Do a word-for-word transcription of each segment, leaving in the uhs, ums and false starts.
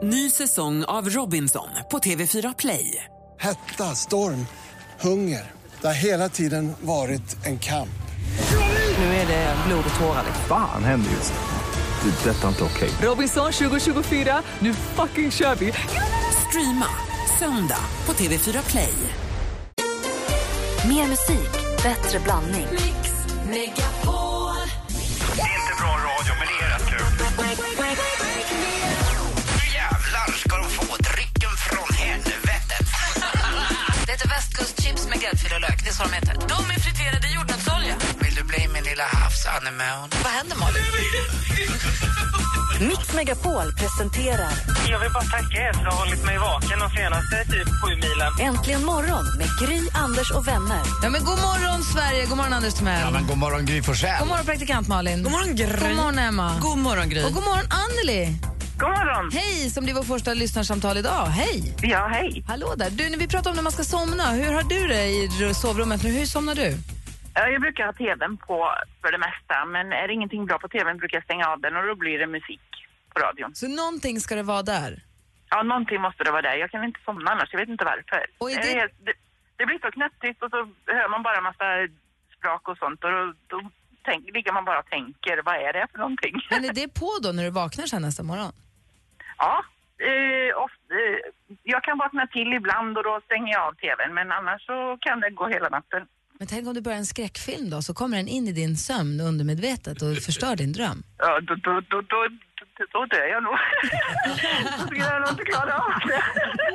Ny säsong av Robinson på T V fyra Play. Hetta, storm, hunger. Det har hela tiden varit en kamp. Nu är det blod och tårar. Fan händer just det. Det är detta inte okej. Robinson tjugo tjugofyra, nu fucking kör vi. Streama söndag på T V fyra Play. Mer musik, bättre blandning. Mix Megapol. Det är inte bra radio, men det är rätt kul. Nu jävlar ska de få drycken från helvetet. Det heter västkustchips med gräddfil och lök. Det är så de heter. De är friterade i jordnötsolja. Vill du bli min lilla havsanemon? Vad händer, Malin? Mix Megapol presenterar Jag vill bara tacka er för att ha hållit mig vaken de senaste typ sju milen. Äntligen morgon med Gry, Anders och vänner. Ja, men god morgon Sverige, god morgon Anders Timell. Ja, men god morgon Gry Forssell. God morgon praktikant Malin. God morgon, Gry. God morgon Emma. God morgon, Gry. Och god morgon Anneli. God morgon. Hej, som blir vår första lyssnarsamtal idag. Hej. Ja, hej. Hallå där. Du, när vi pratar om när man ska somna, hur har du det i sovrummet nu? Hur somnar du? Ja, jag brukar ha tvn på för det mesta, men är det ingenting bra på tvn brukar jag stänga av den och då blir det musik på radion. Så någonting ska det vara där? Ja, någonting måste det vara där. Jag kan inte somna annars, jag vet inte varför. Och är det... det- Det, det, det blir så knäpptyst och så hör man bara en massa sprak och sånt och då, då tänk, ligger man bara och tänker, vad är det för någonting? Men är det på då när du vaknar sen nästa morgon? Ja, eh, ofta, eh, jag kan vakna till ibland och då stänger jag av tvn, men annars så kan det gå hela natten. Men tänk om du börjar en skräckfilm då, så kommer den in i din sömn undermedvetet och förstör din dröm. Ja, då, då, då, då, då, då dör jag nog. Då skulle jag nog inte klara av det.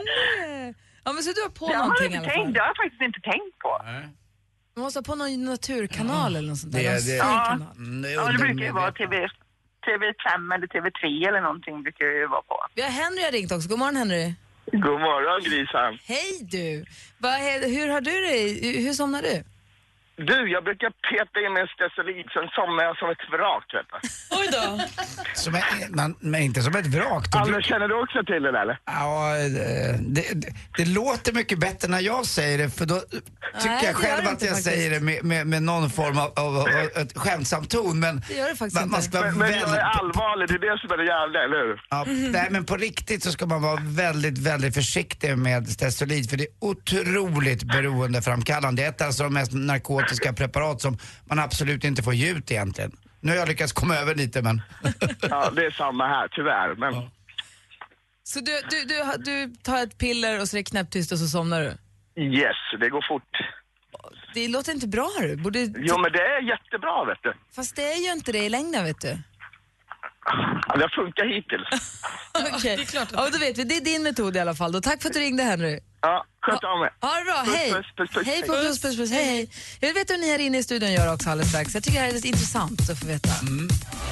Ja, men så du har på Det har, man någonting i inte alla fall. tänkt, det har jag faktiskt inte tänkt på. Man måste ha på någon naturkanal eller något sånt där. Det- Någon det- fin Ja. kanal. Mm, det är Ja, det brukar ju vara undermedvetet. T V fem eller T V tre eller någonting brukar det ju vara på. Vi har Henry har ringt också. God morgon Henry. God morgon, Grisan. Hej du. Vad är- hur har du det? Hur somnar du? Du, jag brukar peta in en stesolid, sen somnar jag som ett vrak, vet du. Oj då. Som är, man, men inte som ett vrak. Du Anders, brukar- känner du också till det, eller? Ja, det, det, det låter mycket bättre när jag säger det, för då tycker Nej, det jag gör själv det att inte jag faktiskt. säger det med, med, med någon form av, av, av ett skämtsam ton, men Det gör det faktiskt man, man inte. ska vara Men, men jag väldigt... är allvarlig, det är det som är det jävla, eller hur? Ja, nej, men på riktigt så ska man vara väldigt, väldigt försiktig med stesolid, för det är otroligt beroendeframkallande. Det är ett alltså de mest narkotiska preparat som man absolut inte får ge ut egentligen. Nu har jag lyckats komma över lite, men... Ja, det är samma här, tyvärr. Men Ja. Så du, du, du, du tar ett piller och så är det knäpptyst och så somnar du? yes, det går fort. Det låter inte bra du. Borde... Jo, men det är jättebra, vet du. Fast det är ju inte det i längden, vet du. Ja, det har funkat hittills. Okej, ja, då vet vi. Det är din metod i alla fall. Då. Tack för att du ringde, Henry. Ja, sköt om er. Ha det bra, Puss, hej. puss, puss, puss. Hej på puss, puss, puss, hej, hej. Jag vet hur ni här inne i studion gör också alldeles strax. Jag tycker det här är lite intressant att få veta. Mm.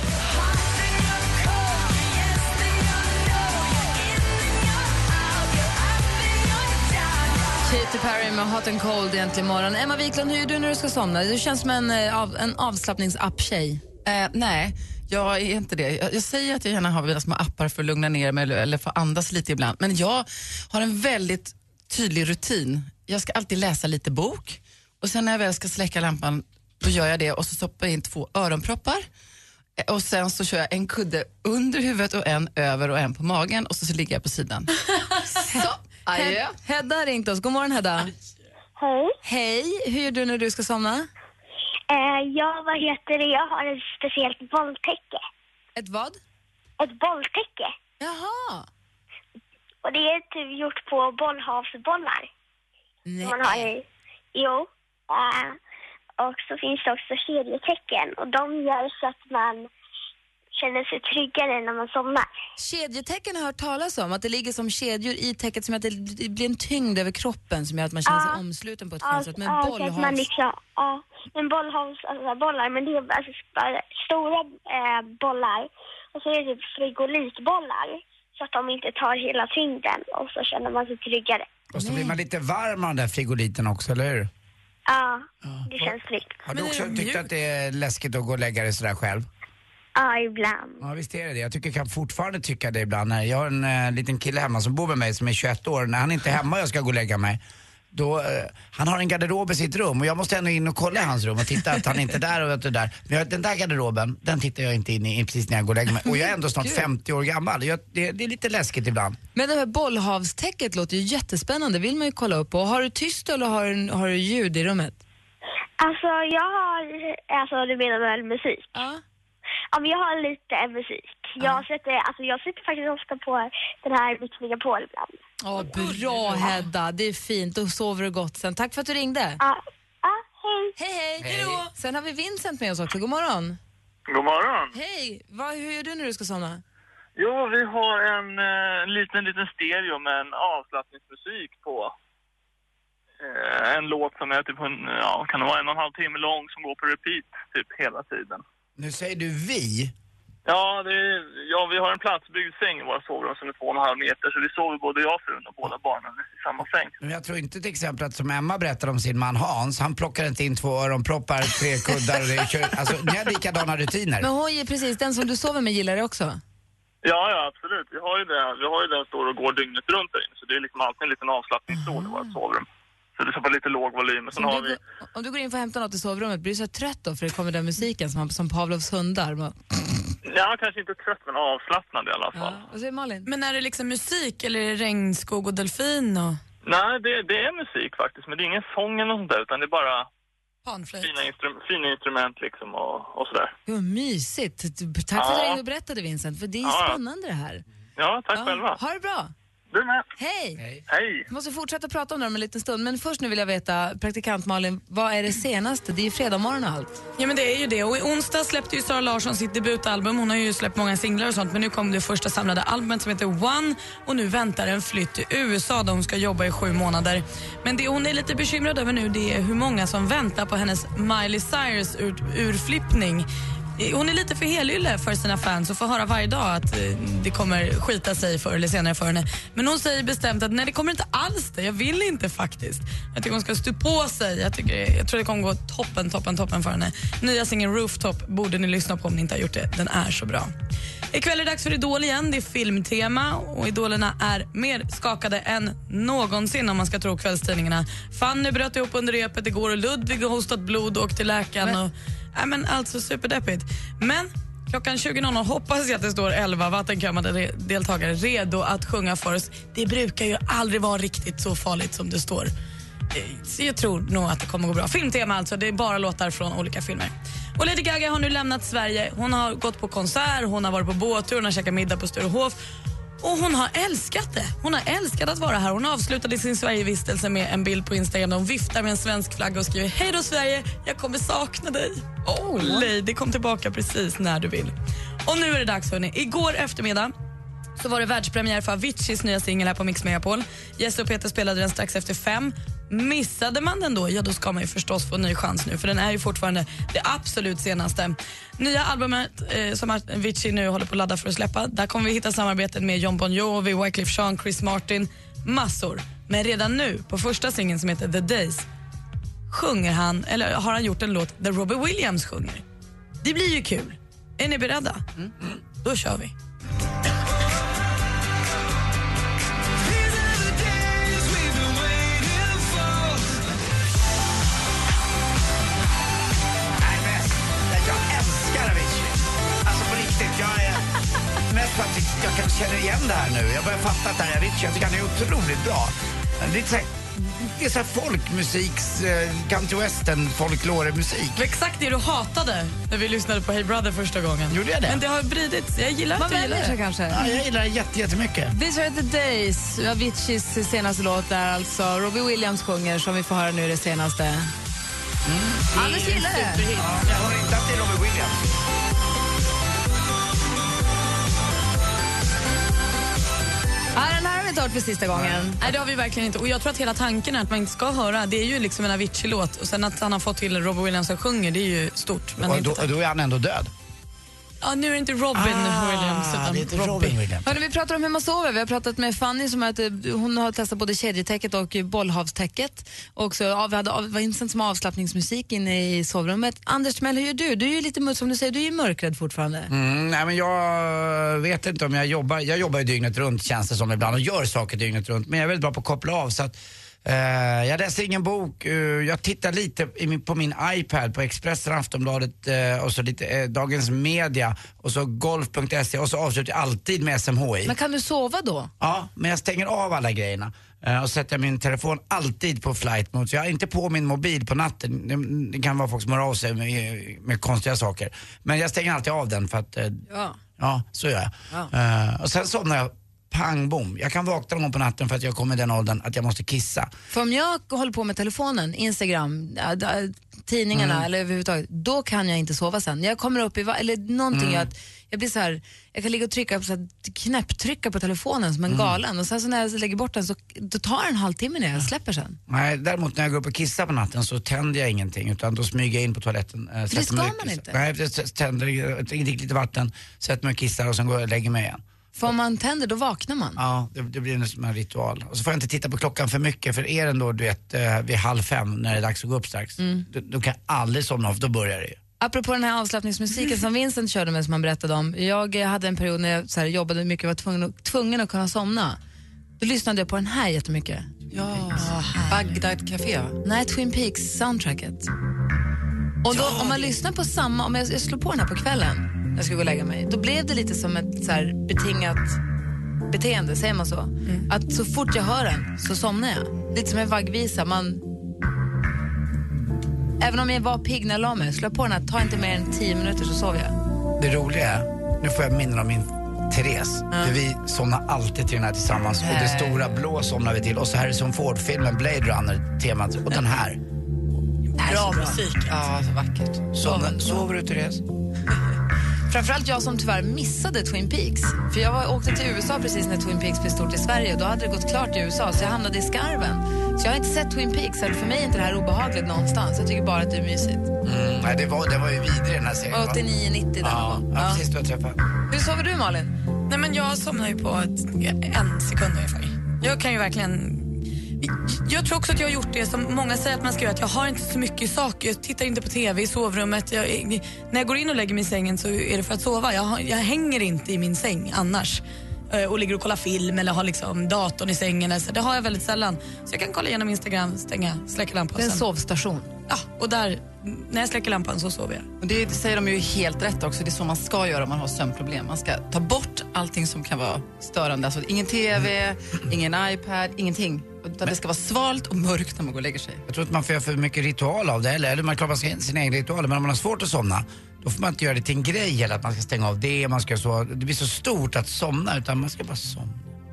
Katy Perry med Hot and Cold egentligen imorgon. Emma Wiklund, hur är du när du ska somna? Du känns som en, eh, av, en avslappningsapp-tjej. Eh, nej, jag är inte det. Jag, jag säger att jag gärna har mina små appar för att lugna ner mig eller, eller få andas lite ibland. Men jag har en väldigt tydlig rutin. Jag ska alltid läsa lite bok och sen när jag väl ska släcka lampan då gör jag det och så stoppar jag in två öronproppar. Eh, Och sen så kör jag en kudde under huvudet och en över och en på magen och så, så ligger jag på sidan. Så, adjö. Hedda har ringt oss. God morgon, Hedda. Hej. Hej, hur gör du när du ska somna? Eh, ja, vad heter det? Jag har ett speciellt bolltäcke. Ett vad? Ett bolltäcke. Jaha. Och det är typ gjort på bollhavsbollar. Nej. Man har i, jo. Eh, och så finns det också kedjetecken. Och de gör så att man känner sig tryggare när man somnar. Kedjetecken har jag hört talas om, att det ligger som kedjor i täcket som att det blir en tyngd över kroppen som gör att man känner sig Ja. omsluten på ett Ja, skönt sätt. Men ja, så att bollhavs... man liksom, ja, men bollhavs, alltså bollar, men det är alltså bara stora eh, bollar. Och så är det frigolitbollar. Så att de inte tar hela tyngden och så känner man sig tryggare. Och så blir man lite varm av den där frigoliten också, eller hur? Ja, det känns tryggt. Har du också tyckt att det är läskigt att gå och lägga dig sådär själv? Ja, ibland. Ja, visst är det det. Jag tycker jag kan fortfarande tycka det ibland. Jag har en uh, liten kille hemma som bor med mig som är tjugoett år. När han inte är hemma och jag ska gå och lägga mig, då, eh, han har en garderob i sitt rum och jag måste ändå in och kolla i hans rum och titta att han inte är där och att det där. Men jag, den där garderoben, den tittar jag inte in i precis när jag går och lägger mig. Och jag är ändå snart femtio år gammal. Jag, det, det är lite läskigt ibland. Men det här bollhavstäcket låter ju jättespännande, vill man ju kolla upp på. Har du tyst eller har du, har du ljud i rummet? Alltså jag har, alltså du menar väl musik? Ja. Ja, men jag har lite musik. Jag sätter, alltså jag sätter faktiskt ofta på den här Mix Megapol ibland. Åh, bra Hedda, det är fint. Då sover du gott sen. Tack för att du ringde. Ja, ja hej. Hej, hej. Hej då. Sen har vi Vincent med oss också. God morgon. God morgon. Hej, Vad, hur gör du när du ska somna? Jo, vi har en, en liten, liten stereo med en avslappningsmusik på. En låt som är typ en, ja, kan det vara en och en halv timme lång som går på repeat typ hela tiden. Nu säger du vi. Ja, det är, ja, vi har en platsbyggd säng i våra sovrum som är två och en halv meter, så vi sover både jag och frun och båda barnen i samma säng. Men jag tror inte till exempel att som Emma berättade om sin man Hans, han plockar inte in två öronproppar, tre kuddar och det kör, alltså ni har likadana rutiner. Men hon är precis, den som du sover med gillar det också? Ja, ja, absolut. Vi har ju det, vi har ju den står och går dygnet runt där inne, så det är liksom alltid en liten avslappningszon i vårt sovrum. Så det är så på lite låg volym. Sen har du, vi... Om du går in för att hämta något i sovrummet, blir du så trött då för det kommer den musiken som, som Pavlovs hundar? Ja, kanske inte trött men avslappnad i alla fall. Ja. Vad säger Malin? Men är det liksom musik eller är det regnskog och delfin? Och... Nej, det, det är musik faktiskt, men det är ingen sång eller något sånt där, utan det är bara fina, instru- fina instrument liksom och, och sådär. Ja, mysigt. Tack för ja. att du berättade, Vincent, för det är ja. spännande det här. Ja, tack ja. själva. Ha det bra. Du med. Hej. Hej. Hej. Jag måste fortsätta prata om det om en liten stund, men först nu vill jag veta, praktikant Malin, vad är det senaste? Det är ju fredag morgon och allt. Ja, men det är ju det. Och i onsdag släppte ju Sara Larsson sitt debutalbum. Hon har ju släppt många singlar och sånt, men nu kom det första samlade albumet som heter One, och nu väntar en flytt till U S A där hon ska jobba i sju månader. Men det hon är lite bekymrad över nu, det är hur många som väntar på hennes Miley Cyrus ur, urflippning. Hon är lite för helylle för sina fans och får höra varje dag att det kommer skita sig förr eller senare för henne. Men hon säger bestämt att nej, det kommer inte alls det. Jag vill inte faktiskt. Jag tycker hon ska stå på sig. Jag, tycker, jag tror det kommer gå toppen, toppen, toppen för henne. Nya singeln Rooftop borde ni lyssna på om ni inte har gjort det. Den är så bra. Ikväll är det dags för Idol igen. Det är filmtema och idolerna är mer skakade än någonsin om man ska tro kvällstidningarna. Fanny bröt ihop under repet igår och Ludvig har hostat blod och åkt till läkaren. Men... Och, ja, men alltså superdeppigt. Men klockan tjugo noll noll hoppas jag att det står elva vattenkammade deltagare redo att sjunga för oss. Det brukar ju aldrig vara riktigt så farligt som det står. Så jag tror nog att det kommer gå bra. Filmtema alltså, det är bara låtar från olika filmer. Och Lady Gaga har nu lämnat Sverige. Hon har gått på konsert, hon har varit på båttur, hon har käkat middag på Sturehof. Och hon har älskat det. Hon har älskat att vara här. Hon avslutade sin Sverigevistelse med en bild på Instagram där hon viftar med en svensk flagga och skriver: hej då Sverige, jag kommer sakna dig. Åh, oh, Lady, kom tillbaka precis när du vill. Och nu är det dags, hörni. Igår eftermiddag så var det världspremiär för Aviciis nya singel här på Mix Megapol. Jesse och Peter spelade den strax efter fem. Missade man den då, ja då ska man ju förstås få en ny chans nu, för den är ju fortfarande det absolut senaste. Nya albumet eh, som Avicii nu håller på att ladda för att släppa, där kommer vi hitta samarbetet med Jon Bon Jovi, Wyclef Jean, Chris Martin, massor. Men redan nu, på första singeln som heter The Days, sjunger han, eller har han gjort en låt där Robbie Williams sjunger. Det blir ju kul. Är ni beredda? Mm. Mm. Då kör vi. Mest för att jag kan känna igen det här nu. Jag börjar fatta att det här är Avicii. Jag tycker han är otroligt bra. Det är så här, det är så här folkmusiks, country western, folklore-musik. Exakt det du hatade när vi lyssnade på Hey Brother första gången. Gjorde jag det? Men det har vridits. Jag gillar Man att du gillar det. kanske. Ja, jag gillar det jätte, jättemycket. These are the days. Aviciis senaste låt där alltså Robbie Williams sjunger, som vi får höra nu det senaste. Mm. Anders gillar det. Ja, jag hör inte att det är Robbie Williams. Ja, den här har vi inte hört för sista gången. Nej, det har vi verkligen inte. Och jag tror att hela tanken är att man inte ska höra. Det är ju liksom en Avicii-låt. Och sen att han har fått till Robbie Williams som sjunger, det är ju stort. Men och då, då är han ändå död. Ja, nu är det inte Robin ah, Williams utan det är inte Robbie. Robin Williams. Hörde, vi pratar om hur man sover. Vi har pratat med Fanny som att hon har testat både kedjetäcket och bollhavstäcket. Och så av, vi hade av, Vincent som avslappningsmusik inne i sovrummet. Anders Timell, hur gör du? Du är ju lite, som du säger, du är ju mörkrädd fortfarande. Mm, nej, men jag vet inte om jag jobbar. Jag jobbar ju dygnet runt, känns det som ibland, och gör saker dygnet runt. Men jag är väldigt bra på att koppla av, så att Uh, jag läser ingen bok, uh, jag tittar lite i min, på min iPad på Expressen, Aftonbladet uh, och så lite uh, Dagens Media och så golf punkt se och så avslutar jag alltid med S M H I. Men kan du sova då? Ja, men jag stänger av alla grejerna uh, och sätter min telefon alltid på flight mode, så jag är inte på min mobil på natten. Det, det kan vara folk som hör av sig med, med konstiga saker, men jag stänger alltid av den för att uh, ja. ja, så gör jag. Ja. Uh, och sen somnar jag pang bom. Jag kan vakna någon gång på natten för att jag kommer i den åldern att jag måste kissa. För om jag håller på med telefonen, Instagram, äh, äh, tidningarna mm. eller överhuvudtaget, då kan jag inte sova sen. Jag kommer upp i, va- eller någonting mm. att jag blir så här, jag kan ligga och trycka på så här, knäpptrycka på telefonen som en mm. galen och sen så när jag lägger bort den så då tar det en halvtimme när jag släpper sen. Nej, däremot när jag går upp och kissar på natten så tänder jag ingenting utan då smyger jag in på toaletten. Äh, det ska man kissa. inte. Nej, jag tänder, jag dricker lite vatten, sätter mig och kissar och sen går jag och lägger mig igen. För om man tänder då vaknar man. Ja, det, det blir som en ritual. Och så får jag inte titta på klockan för mycket, för är den då du vet eh, vid halv fem när det är dags att gå upp strax, mm. då, då kan jag aldrig somna av, då börjar det ju. Apropå den här avslappningsmusiken som Vincent körde med som han berättade om. Jag hade en period när jag så här, jobbade mycket och var tvungen, tvungen att kunna somna. Då lyssnade jag på den här jättemycket. Ja, Bagdad Café. Nej, Twin Peaks soundtracket. Och då, ja. om man lyssnar på samma, om jag, jag slår på den här på kvällen jag ska gå och lägga mig, då blev det lite som ett så här, betingat beteende, säger man så? Mm. Att så fort jag hör den så somnar jag. Lite som en vaggvisa. Man... Även om jag var pigg när jag la mig, slår på den här, ta inte mer än tio minuter så sover jag. Det roliga är, nu får jag minna om min Therese. Mm. Vi somnar alltid till den här tillsammans. Äh. Och det stora blå somnar vi till. Och så här är som Ford-filmen Blade Runner-temat. Och den här. Bra musik. Ja, så vackert. Sover, sover du, Therese? Framförallt jag som tyvärr missade Twin Peaks. För jag var, åkte till U S A precis när Twin Peaks blev stort i Sverige. Och då hade det gått klart i U S A så jag hamnade i skarven. Så jag har inte sett Twin Peaks. Så för mig är inte det här obehagligt någonstans. Jag tycker bara att det är mysigt. Mm, nej, det var, det var ju vidrig den här serien. åttionio nittio där ja, någon gång. Ja, precis du har träffat. Hur sover du, Malin? Nej, men jag somnar ju på ett, en sekund ungefär. Jag kan ju verkligen... Jag tror också att jag har gjort det som många säger att man ska göra. Att jag har inte så mycket saker. Jag tittar inte på tv i sovrummet. Jag, när jag går in och lägger mig i sängen så är det för att sova. Jag, jag hänger inte i min säng annars. Och ligger och kollar film eller har liksom datorn i sängen. Så det har jag väldigt sällan. Så jag kan kolla igenom Instagram, stänga, släcka lampan. Det är en sovstation. Ja, och där, när jag släcker lampan så sover jag. Och det, det säger de ju helt rätt också. Det är så man ska göra om man har sömnproblem. Man ska ta bort allting som kan vara störande. Alltså ingen tv, mm. ingen iPad, ingenting. Utan det ska vara svalt och mörkt när man går och lägger sig. Jag tror att man får göra för mycket ritual av det. Eller, eller man klarar man ska in sina egna ritualer. Men om man har svårt att somna, då får man inte göra det till en grej. Eller att man ska stänga av det. Man ska så, det blir så stort att somna. Utan man ska bara somna.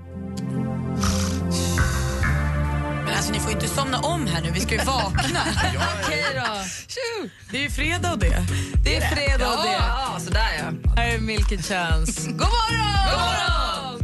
Men alltså ni får inte somna om här nu. Vi ska ju vakna. Ja, okej då. Det är ju fredag och det. Det är fredag och det. Ja, sådär ja. Här är Milky Chance. God morgon! God morgon!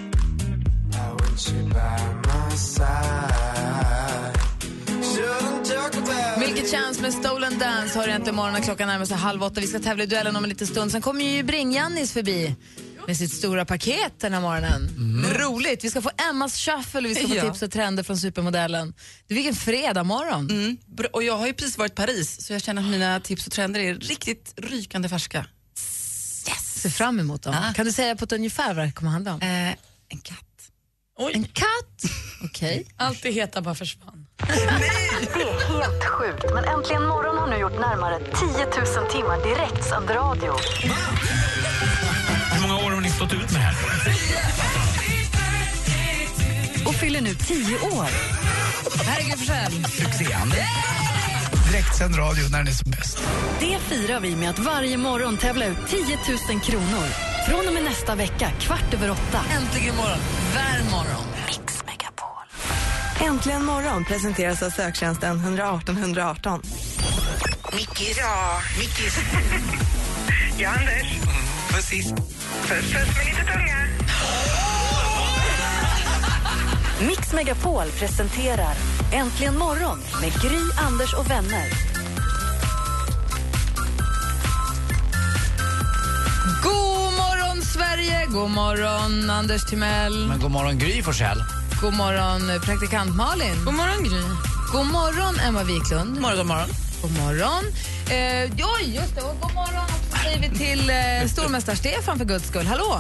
Milky Chance med Stolen Dance har egentligen morgonen, klockan närmar sig halv åtta. Vi ska tävla i duellen om en liten stund. Sen kommer ju Bring-Jannis förbi med sitt stora paket den här morgonen. Mm. Roligt. Vi ska få Emmas shuffle och vi ska få ja. tips och trender från supermodellen. Det är vilken fredag morgon. Mm. Och jag har ju precis varit i Paris så jag känner att mina tips och trender är riktigt rykande färska. Yes! Se fram emot dem. Ah. Kan du säga på ett ungefär vad det kommer handla om? Eh, en katt. Oj. En katt? Okej. Okay. Allt det heta bara försvann. Nej! Det är helt sjukt, men Äntligen morgon har nu gjort närmare tio tusen timmar direktsänd radio. Hur många år har ni stått ut med det här? Och fyller nu tio år. Herregud Forsell. Succéan. Direktsänd radio när den är som bäst. Det firar vi med att varje morgon tävla ut tio tusen kronor. Från och med nästa vecka, kvart över åtta. Äntligen morgon, varm morgon. Mix Megapol. Äntligen morgon presenteras av söktjänsten ett ett åtta ett ett åtta. Mickis. Ja. Mickis. Ja, Anders. Mm, precis. Puss, puss med lite tunga. Mix Megapol presenterar Äntligen morgon med Gry, Anders och vänner. God morgon Sverige, god morgon Anders Timell. Men god morgon Gry Forsell. God morgon praktikant Malin. God morgon Gry. God morgon Emma Wiklund. God morgon, god morgon. God morgon. Eh, ja, just det. Och god morgon också säger vi till eh, stormästare Stefan för guds skull. Hallå?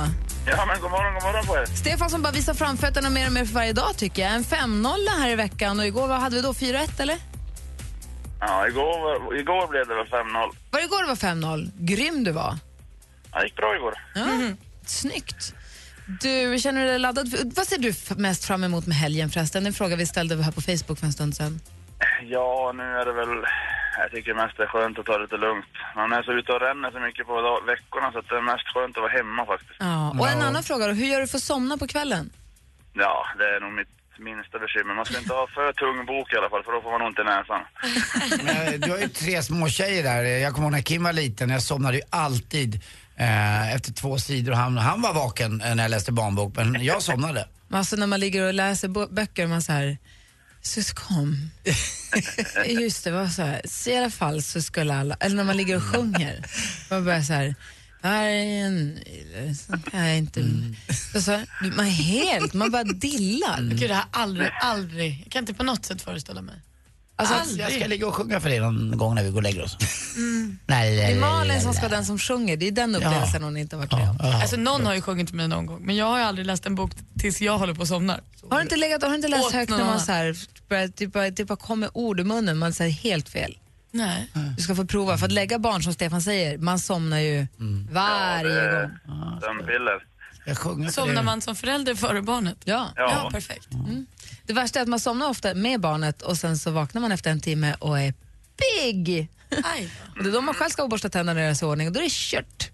Ja, men god morgon, god morgon på er. Stefan som bara visar framfötterna mer och mer för varje dag tycker jag. En fem noll här i veckan och igår vad hade vi då? fyra ett eller? Ja, igår, igår blev det väl fem noll. Var det igår det var fem noll? Grym du var. Ja, det gick bra igår. Ja, mm. Snyggt. Du, känner du dig laddad? Vad ser du mest fram emot med helgen förresten? En fråga vi ställde här på Facebook för en stund sedan. Ja, nu är det väl... Jag tycker mest det är skönt att ta det lite lugnt. Man är så ute och ränner så mycket på dag, veckorna så att det är mest skönt att vara hemma faktiskt. Ja, och en annan fråga då. Hur gör du för att somna på kvällen? Ja, det är nog mitt minsta bekymmer. Man ska inte ha för tung bok i alla fall för då får man ont i näsan. Men, du har ju tre små tjejer där. Jag kommer ihåg när Kim var liten. Jag somnade ju alltid eh, efter två sidor. Han, han var vaken eh, när jag läste barnbok men jag somnade. Alltså när man ligger och läser bo- böcker man så här... Suskom. Just det, var så här. Så i alla fall så skulle alla... Eller när man ligger och sjunger. Man börjar så här... Här är en... Så kan jag inte... Mm. Så här, man är helt... Man bara dillar. Mm. Gud, det här aldrig, aldrig... Jag kan inte på något sätt föreställa mig. Alltså, jag ska ligga och sjunga för dig någon gång när vi går och lägger oss. Mm. Nej, det är Malin som ska vara den som sjunger. Det är den upplevelsen ja. Hon inte har varit med om. Ja, ja. Alltså någon har ju sjungit med mig någon gång. Men jag har ju aldrig läst en bok tills jag håller på att somna. Har du inte, legat, har du inte läst Åt högt när man så här, det, bara, det bara kommer ord i munnen, man säger helt fel? Nej. Du ska få prova, för att lägga barn som Stefan säger, man somnar ju mm. varje ja, gång. Sömnpiller. Somnar man som förälder före barnet? Ja, ja. ja perfekt. Mm. Det värsta är att man somnar ofta med barnet och sen så vaknar man efter en timme och är pigg. Och det är då man själv ska borsta tänderna i deras ordning och då är det kört.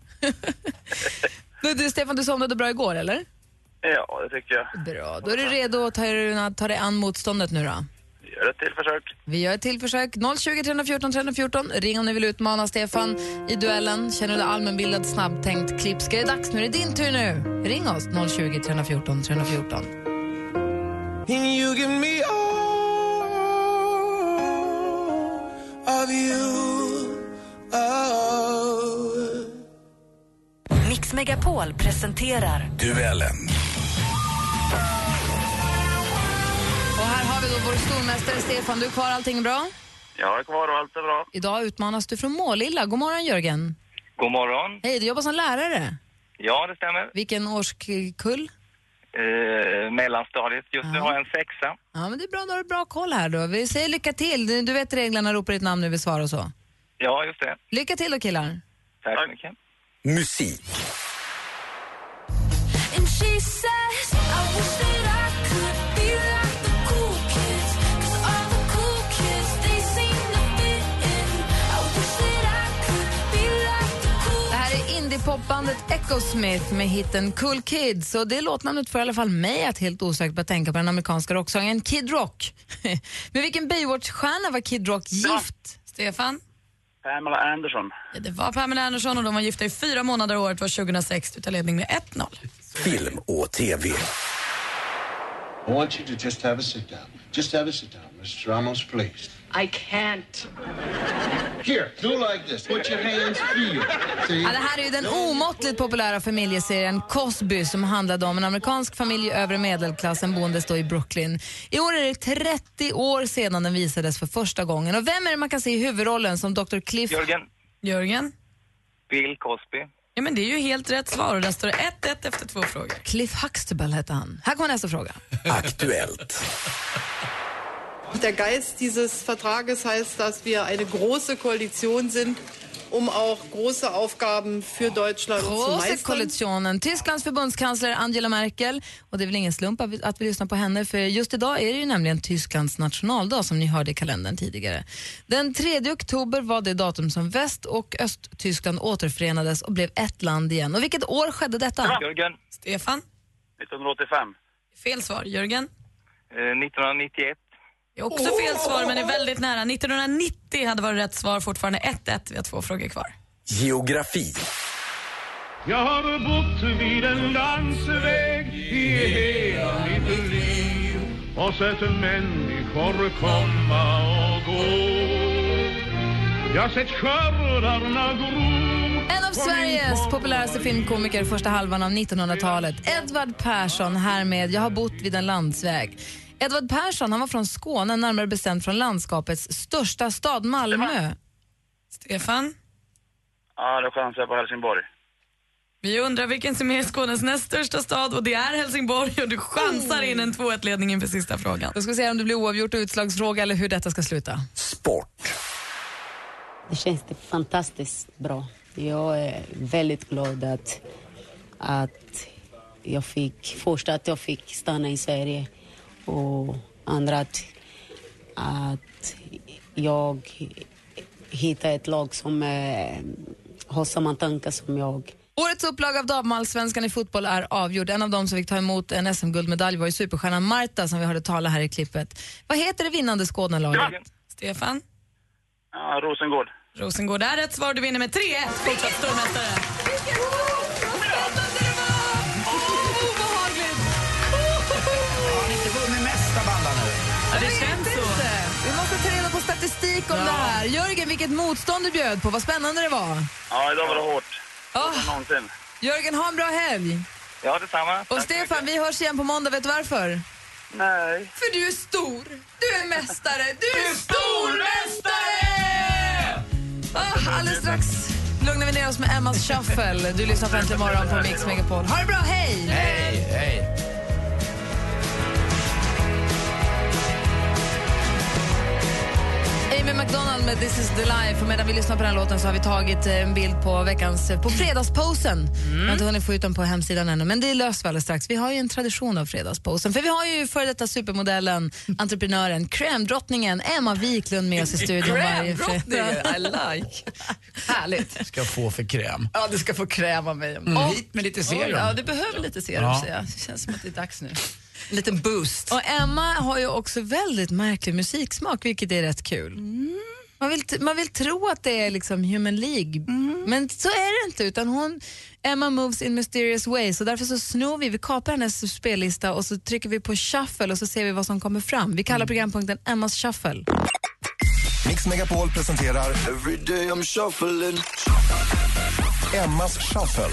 Du, Stefan, du somnade bra igår, eller? Ja, det tycker jag. Bra, då är du redo att ta, ta dig an motståndet nu då? Vi gör ett till försök. Vi gör ett till försök. noll tjugo, tre fjorton, tre fjorton. Ring om ni vill utmana Stefan i duellen. Känner du dig allmänbildad, snabbtänkt, klipska? Det är dags nu, det är din tur nu. Ring oss, noll tjugo, tre fjorton, tre fjorton. You give me all of you, oh. Mix Megapol presenterar Duellen. Och här har vi då vår stormästare Stefan. Du är kvar, allting bra? Jag är kvar och allt är bra. Idag utmanas du från Målilla. God morgon, Jörgen. God morgon. Hej, du jobbar som lärare. Ja, det stämmer. Vilken årskull? Eh, mellanstadiet. Just nu har jag en sexa. Ja, men det är bra, då har du bra koll här då. Vi säger lycka till. Du, du vet reglerna, ropar ditt namn när vi svarar och så. Ja, just det. Lycka till då, killar. Tack så mycket. Musik. And she says, I wish that I could be like the cool kids, 'cause all the cool kids, they seem to fit in. I wish that I could be like the cool. Det här är indie-popbandet Echo Smith med hitten Cool Kids. Och det låtnamnet får i alla fall mig att helt osäkert på att tänka på den amerikanska rocksången Kid Rock. Med vilken Baywatch-stjärna var Kid Rock gift? Stefan? Pamela Anderson. Ja, det var Pamela Anderson och de var gifta i fyra månader. Året var tjugohundrasex. Du tar ledning med ett noll. Film och tv. I want you to just have a sit down. Just have a sit down, Mister Ramos, please. I can't. Here, do like this. Put your hands free. See? Ja, det här är ju den omåttligt populära familjeserien Cosby som handlade om en amerikansk familj i övre medelklassen boendes då i Brooklyn. I år är det trettio år sedan den visades för första gången. Och vem är det man kan se i huvudrollen som doktor Cliff? Jörgen. Jörgen? Bill Cosby. Ja, men det är ju helt rätt svar och där står det ett ett efter två frågor. Cliff Huxtable hette han. Här kommer nästa fråga. Aktuellt. Der Geist dieses Vertrages heißt, dass wir eine große Koalition sind, um auch große Aufgaben für Deutschland zu Große meistern. koalitionen. Tysklands förbundskansler Angela Merkel. Och det är väl ingen slump att vi lyssnar på henne, för just idag är det ju nämligen Tysklands nationaldag som ni hörde i kalendern tidigare. Den tredje oktober var det datum som Väst- och Östtyskland återförenades och blev ett land igen. Och vilket år skedde detta? Jörgen. Stefan? nittonhundraåttiofem. Fel svar. Jörgen? Eh, nittonhundranittioett. Det är också fel svar, men är väldigt nära. nittonhundranittio hade varit rätt svar, fortfarande ett ett. Vi har två frågor kvar. Geografi. Jag har bott vid en landsväg i hela mitt liv och sett människor komma och gå. Jag har sett skördarna gro. En av Sveriges populäraste filmkomiker första halvan av nittonhundratalet, Edvard Persson, här med Jag har bott vid en landsväg. Edvard Persson, han var från Skåne, närmare bestämt från landskapets största stad, Malmö. Stefan? Ja, då chansar jag på Helsingborg. Vi undrar vilken som är Skånes näst största stad och det är Helsingborg och du chansar in en två ett-ledning inför sista frågan. Då ska vi se om det blir oavgjort och utslagsfråga eller hur detta ska sluta. Sport. Det känns det fantastiskt bra. Jag är väldigt glad att, att jag fick, först att jag fick stanna i Sverige och andra att, att jag hittade ett lag som eh, har samma tankar som jag. Årets upplaga av damallsvenskan i fotboll är avgjord. En av dem som fick ta emot en S M-guldmedalj var ju superstjärnan Marta som vi hörde tala här i klippet. Vad heter det vinnande Skånelaget? Stefan? Ja, Rosengård. Rosengård är rätt svar. Du vinner med tre ett. Fortsatt stormästare. Har ni inte vunnit mesta balla nu? Ja, det känns så. Vi måste ta reda på statistik om Ja. det här. Jörgen, vilket motstånd du bjöd på. Vad spännande det var. Ja, idag var det hårt. Oh. Någonsin. Jörgen, ha en bra helg. Ja, detsamma. Och Stefan, vi hörs igen på måndag. Vet du varför? Nej. För du är stor. Du är mästare. Du är stormästare! Oh, alldeles strax lugnar vi ner oss med Emmas Shuffle. Du lyssnar på Äntligen morgon på Mix Megapol. Ha det bra, hej! Hej, hej. Amy McDonald med This is the life. Och medan vi lyssnar på den låten så har vi tagit en bild på veckans, på fredagsposen. Mm. Jag har inte hunnit få ut den på hemsidan ännu, men det löser vi alldeles strax. Vi har ju en tradition av fredagsposen. För vi har ju för detta supermodellen, entreprenören, krämdrottningen Emma Wiklund med oss i studion varje fredag. I like. Härligt. Ska få för kräm. Ja, du ska få kräm av mig. Mm. Och, hit med lite serum. Ja, du behöver lite serum, Ja. säger jag. Det känns som att det är dags nu. En liten boost. Och Emma har ju också väldigt märklig musiksmak, vilket är rätt kul. Mm. Man, vill t- man vill tro att det är liksom Human League, mm. men så är det inte. Utan hon, Emma moves in mysterious ways. Så därför så snor vi, vi kapar hennes spellista och så trycker vi på shuffle och så ser vi vad som kommer fram. Vi kallar programpunkten Emmas Shuffle. Mix Megapol presenterar Every day I'm shuffling. Emmas Shuffle.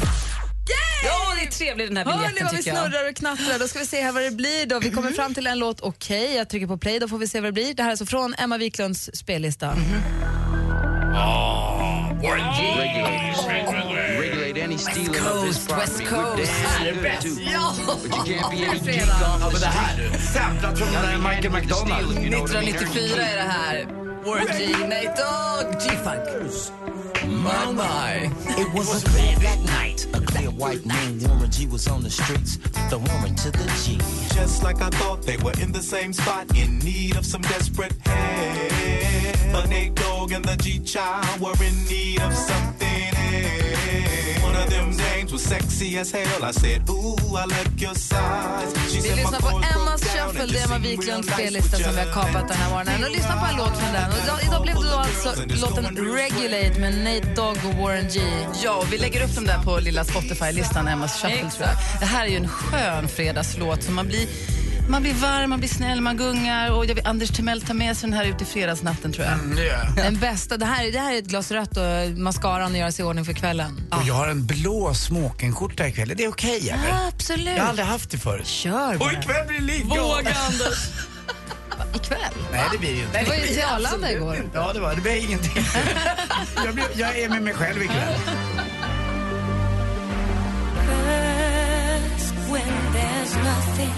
Ja, det är trevligt den här Hör biljetten, ni vad vi tycker jag. snurrar och knattrar? Då ska vi se här vad det blir då. Vi kommer fram till en låt, okej. Okay. Jag trycker på play, då får vi se vad det blir. Det här är alltså från Emma Wiklunds spellista. Mm-hmm. Oh, Warren G. Regulate any stealing of this property. West Coast. Det är bäst. Ja, But you can't be any det är geek fredag. off Ja, men det här the du. Samplat från den där Michael McDonald. nittonhundraåttiofyra är det här. Warren G. Nate Dogg. G-Funk. My, my. It was a clear that night. A clear white moon. Warren G was on the streets. The Warren to the G. Just like I thought, they were in the same spot, in need of some desperate help. But Nate Dogg and the G-Child were in need of something else. One of them dames was sexy as hell. I said, ooh, I like your size. She Vi said, my lyssnar på chords Emmas broke down Shuffle, and det är just Emma seemed real Wiklunds nice spellista with som vi har your kapat den här morgonen. Och lyssna på en låt från den. Och idag, idag blev det då alltså låten Regulate med Nate Dogg och Warren G. Ja, och vi lägger upp dem där på lilla Spotify-listan, Emmas Shuffle, tror jag. Det här är ju en skön fredagslåt som man blir, man blir varm, man blir snäll, man gungar. Och jag vill Anders Timell ta med sig den här ut i fredagsnatten, tror jag. Mm, yeah. Den bästa, det här, det här är ett glas rött och mascaran och göra sig i ordning för kvällen. Och jag har en blå smokingskjorta ikväll. Är det okej, okay, eller? Ja, absolut. Jag har aldrig haft det förut. Kör bara. Och ikväll blir det lika. Våga, Anders. Ikväll? Nej, det blir det ju inte. Det var ju till Arlanda igår. Ja, det var. Det blir ingenting. jag, blir, jag är med mig själv ikväll. when there's nothing.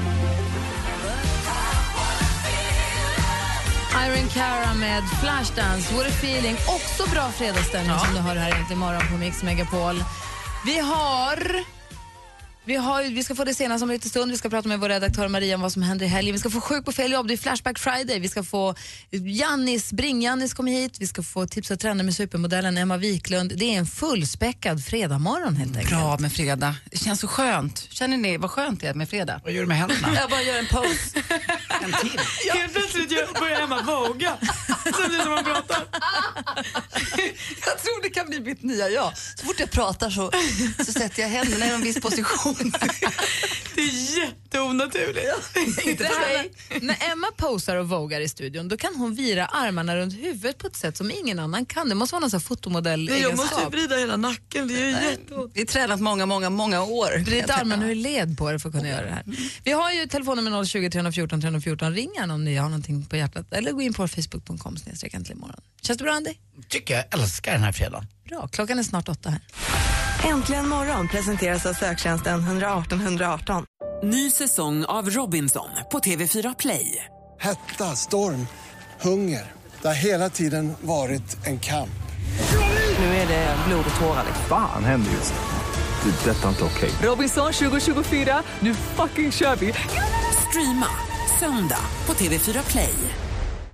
Iron Cara med Flashdance, What a feeling. Också bra fredagsstämning, ja, som du hör här egentligen imorgon på Mix Megapol. Vi har... Vi, har, vi ska få det senast om lite stund. Vi ska prata med vår redaktör Maria om vad som händer i helgen. Vi ska få Sjuk på fel jobb, det är Flashback Friday. Vi ska få Jannis, Bring-Jannis kommer hit. Vi ska få tips och trender med supermodellen Emma Wiklund. Det är en fullspäckad fredagmorgon helt enkelt. Bra med fredag. Det känns så skönt. Känner ni vad skönt det är med fredag? Vad gör du med händerna? Jag bara gör en pose. En till. Ja. Helt plötsligt börjar Emma våga. Samtidigt som man pratar. Jag tror det kan bli mitt nya jag. Så fort jag pratar så, så sätter jag händerna i en viss position. Det är jätteonaturligt. Inte för dig. När Emma posar och vågar i studion, då kan hon vira armarna runt huvudet på ett sätt som ingen annan kan. Det måste vara någon sån här fotomodell-egenskap. Jag måste ju vrida hela nacken, det är ju jätteont. Vi har tränat många, många, många år. Vrid armarna ur led på det för att kunna göra det här. Vi har ju telefonnummer noll tjugo, tre fjorton, tre fjorton. Ring gärna om ni har någonting på hjärtat. Eller gå in på facebook punkt com snedstreck äntligen morgon. Känns det bra, Andy? Tycker jag älskar den här fredagen. Bra, klockan är snart åtta här. Äntligen morgon presenteras av söktjänsten ett ett åtta ett ett åtta. Ny säsong av Robinson på T V fyra Play. Hetta, storm, hunger. Det har hela tiden varit en kamp. Nu är det blod och tårar. Fan händer just det. Det är detta inte okej. Robinson tjugo tjugofyra, nu fucking kör vi. Streama söndag på T V fyra Play.